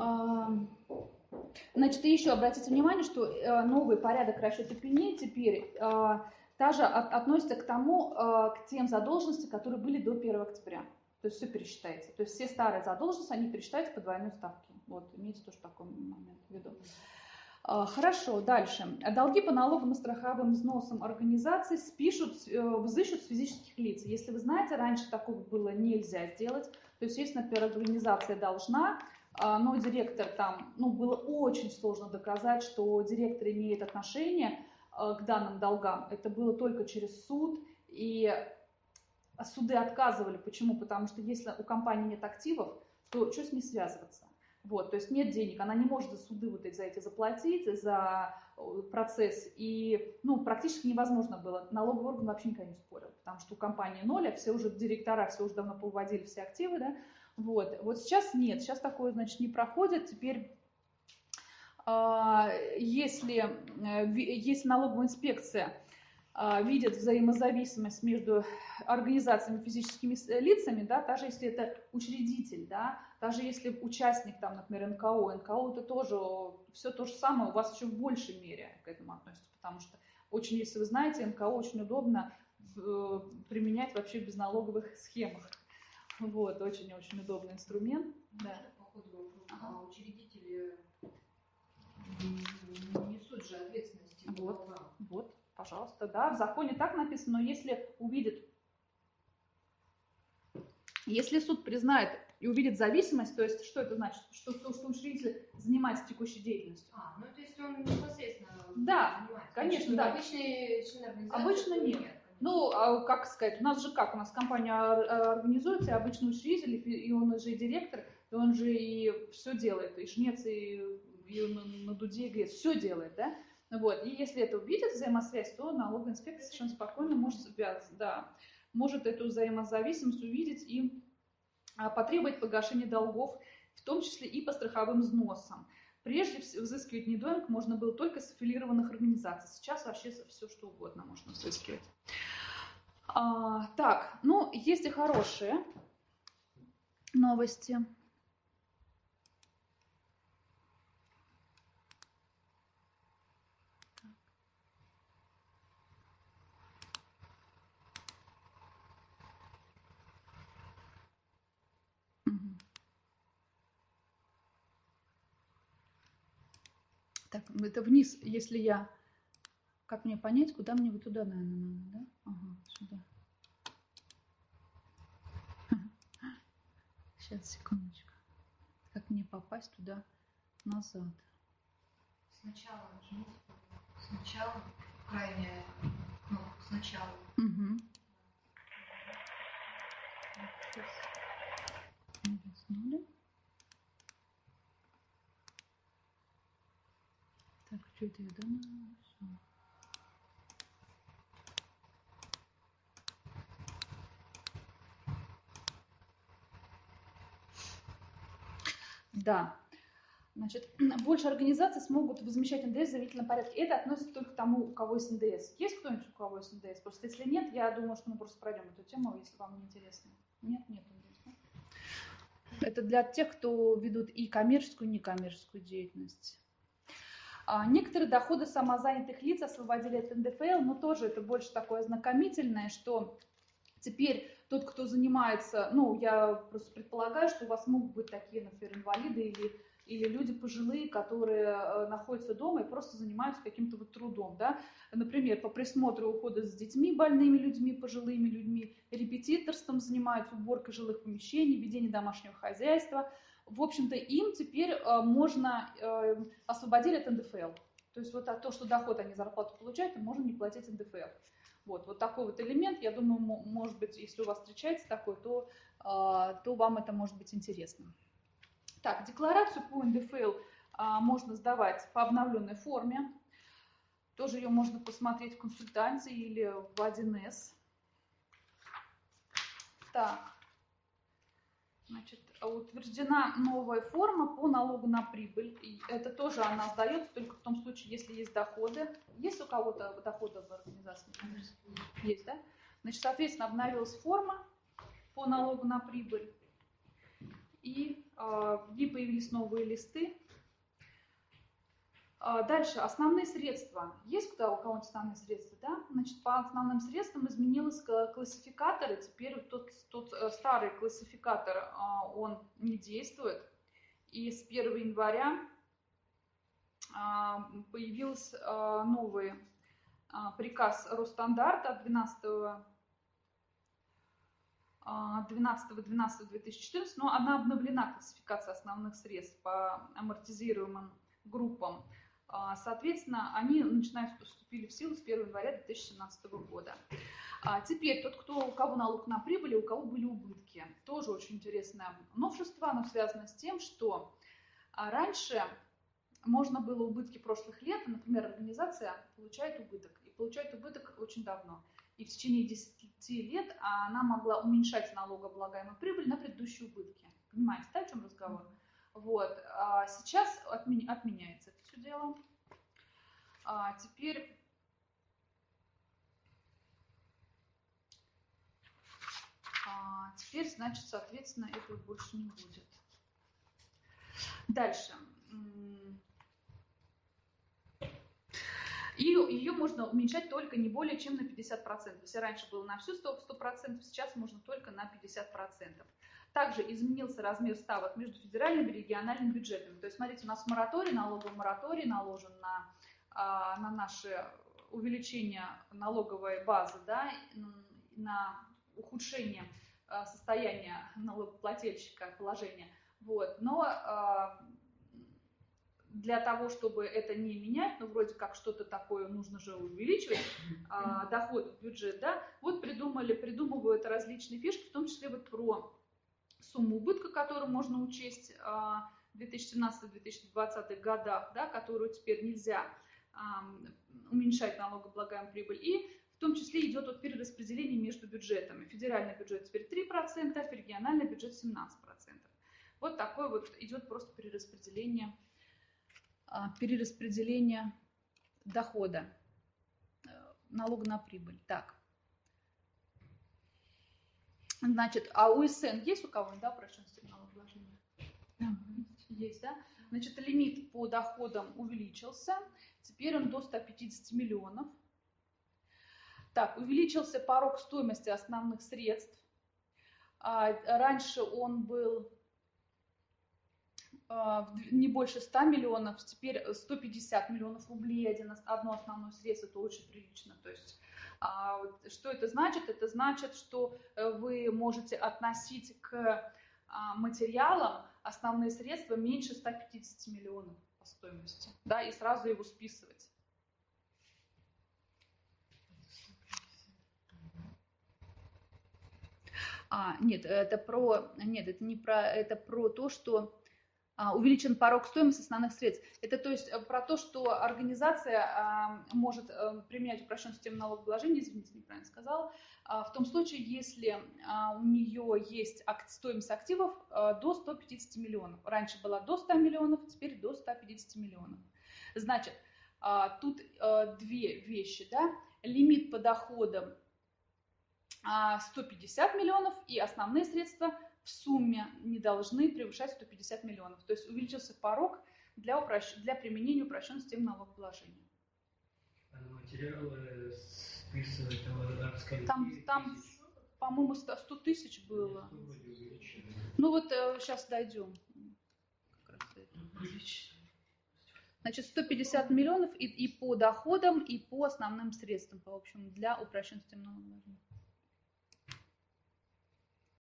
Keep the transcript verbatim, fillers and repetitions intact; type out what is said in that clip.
Значит, и еще обратите внимание, что новый порядок расчета пеней теперь также относится к тому, к тем задолженностям, которые были до первого октября. То есть все пересчитается. То есть все старые задолженности, они пересчитаются по двойной ставке. Вот, имейте тоже такой момент в виду. Хорошо, дальше. Долги по налогам и страховым взносам организаций спишут, взыщут с физических лиц. Если вы знаете, раньше такого было нельзя сделать. То есть, если, например, организация должна, но директор там, ну, было очень сложно доказать, что директор имеет отношение к данным долгам. Это было только через суд, и суды отказывали. Почему? Потому что если у компании нет активов, то что с ней связываться? Вот, то есть нет денег, она не может за суды вот эти, за эти заплатить, за процесс. И ну, практически невозможно было. Налоговый орган вообще никогда не спорил, потому что у компании ноль, а все уже директора, все уже давно повыводили все активы. Да? Вот. Вот сейчас нет, сейчас такое, значит, не проходит. Теперь, если, если налоговая инспекция видят взаимозависимость между организациями и физическими лицами, да, даже если это учредитель, да, даже если участник, там, например, эн ка о, эн ка о это тоже все то же самое, у вас еще в большей мере к этому относится, потому что очень, если вы знаете, эн ка о очень удобно применять вообще в безналоговых схемах. Вот, очень-очень удобный инструмент. Да. По ходу вопроса, а учредители не несут же ответственности по вот, долгам. Вот. Пожалуйста, да, в законе так написано, но если увидит, если суд признает и увидит зависимость, то есть что это значит? Что, что, что учредитель занимается текущей деятельностью. А, ну то есть он непосредственно да, занимается. Конечно, Значит, да. Обычные члены организации? Обычно нет. нет ну, а как сказать, у нас же как, у нас компания организуется, и обычный учредитель, и он же и директор, и он же и все делает, и жнец, и, и на, на дуде, и грец, все делает, да? Вот. И если это увидит взаимосвязь, то налоговая инспекция совершенно спокойно может, да, может эту взаимозависимость увидеть и а, потребовать погашения долгов, в том числе и по страховым взносам. Прежде взыскивать недоимок можно было только с аффилированных организаций. Сейчас вообще все что угодно можно взыскивать. А, так, ну, есть и хорошие новости. Так, это вниз, если я... Как мне понять, куда мне вот туда, наверное, надо, да? Ага, сюда. Сейчас, секундочку. Как мне попасть туда назад? Сначала нажмите. Сначала, крайняя кнопка сначала. Угу. Сейчас. Заснули. Так, что это я, да? Все. Да. Значит, больше организаций смогут возмещать эн дэ эс в заявительном порядке. Это относится только к тому, у кого есть эн дэ эс. Есть кто-нибудь, у кого есть эн дэ эс? Просто если нет, я думаю, что мы просто пройдем эту тему, если вам не интересно. Нет, нет эн дэ эс. Да? Это для тех, кто ведут и коммерческую, и некоммерческую деятельность. А некоторые доходы самозанятых лиц освободили от эн дэ эф эл, но тоже это больше такое ознакомительное, что теперь тот, кто занимается, ну, я просто предполагаю, что у вас могут быть такие, например, инвалиды или, или люди пожилые, которые находятся дома и просто занимаются каким-то вот трудом, да, например, по присмотру ухода за детьми, больными людьми, пожилыми людьми, репетиторством занимаются, уборкой жилых помещений, ведением домашнего хозяйства. В общем-то, им теперь можно освободить от эн дэ эф эл. То есть вот то, что доход они зарплату получают, им можно не платить эн дэ эф эл. Вот, вот такой вот элемент, я думаю, может быть, если у вас встречается такой, то, то вам это может быть интересно. Так, декларацию по эн дэ эф эл можно сдавать по обновленной форме. Тоже ее можно посмотреть в консультанции или в один эс. Так, значит, утверждена новая форма по налогу на прибыль. И это тоже она сдается только в том случае, если есть доходы. Есть у кого-то доходы в организации? Есть, да? Значит, соответственно, обновилась форма по налогу на прибыль. и в ней появились новые листы. Дальше, основные средства. Есть кто, у кого-нибудь основные средства? Да? Значит, по основным средствам изменилась классификатор, и теперь тот, тот старый классификатор, он не действует. И с первого января появился новый приказ Росстандарта от двенадцатого двенадцатого две тысячи четырнадцатого, но она обновлена, классификация основных средств по амортизируемым группам. Соответственно, они начинают вступили в силу с первого января две тысячи семнадцатого года. А теперь тот, кто, у кого налог на прибыль, у кого были убытки. Тоже очень интересное новшество, оно связано с тем, что раньше можно было убытки прошлых лет, например, организация получает убыток, и получает убыток очень давно. И в течение десяти лет она могла уменьшать налогооблагаемую прибыль на предыдущие убытки. Понимаете, да, о чем разговор? Вот. А сейчас отменя, отменяется это все дело. А теперь а теперь, значит, соответственно, этого больше не будет. Дальше. И ее можно уменьшать только не более чем на пятьдесят процентов. Если раньше было на всю сто процентов, сейчас можно только на пятьдесят процентов. Также изменился размер ставок между федеральными и региональными бюджетами. То есть, смотрите, у нас мораторий, налоговый мораторий наложен на, на наше увеличение налоговой базы, да, на ухудшение состояния налогоплательщика, положения. Вот. Но для того, чтобы это не менять, ну, вроде как что-то такое нужно же увеличивать, а, доход в бюджет, да, вот придумали, придумывают различные фишки, в том числе вот про сумму убытка, которую можно учесть а, в две тысячи семнадцатом — две тысячи двадцатом годах, да, которую теперь нельзя а, уменьшать налогооблагаемую прибыль, и в том числе идет вот перераспределение между бюджетами. Федеральный бюджет теперь три процента, региональный бюджет семнадцать процентов. Вот такое вот идет просто перераспределение перераспределение дохода, налога на прибыль. Так. Значит, а у УСН есть у кого-нибудь, да, упрощенный система налогообложения? Есть, да? Значит, лимит по доходам увеличился. Теперь он до ста пятидесяти миллионов. Так, увеличился порог стоимости основных средств. А раньше он был не больше ста миллионов, теперь сто пятьдесят миллионов рублей, один, одно основное средство, это очень прилично. То есть, что это значит? Это значит, что вы можете относить к материалам основные средства меньше ста пятидесяти миллионов по стоимости, да, и сразу его списывать. А, нет, это про, нет, это не про, это про то, что увеличен порог стоимости основных средств. Это то есть про то, что организация а, может а, применять упрощенную систему налогообложения, извините, неправильно сказала, а, в том случае, если а, у нее есть ак- стоимость активов а, до ста пятидесяти миллионов. Раньше была до ста миллионов, теперь до ста пятидесяти миллионов. Значит, а, тут а, две вещи, да? Лимит по доходам а, сто пятьдесят миллионов и основные средства в сумме не должны превышать сто пятьдесят миллионов. То есть увеличился порог для, упрощ... для применения упрощенной системы налогообложения. А на материалы списывать там, там, там по-моему, сто тысяч было. Ну вот сейчас дойдем. Значит, сто пятьдесят миллионов и, и по доходам, и по основным средствам, по общему, для упрощенной системы налогообложения.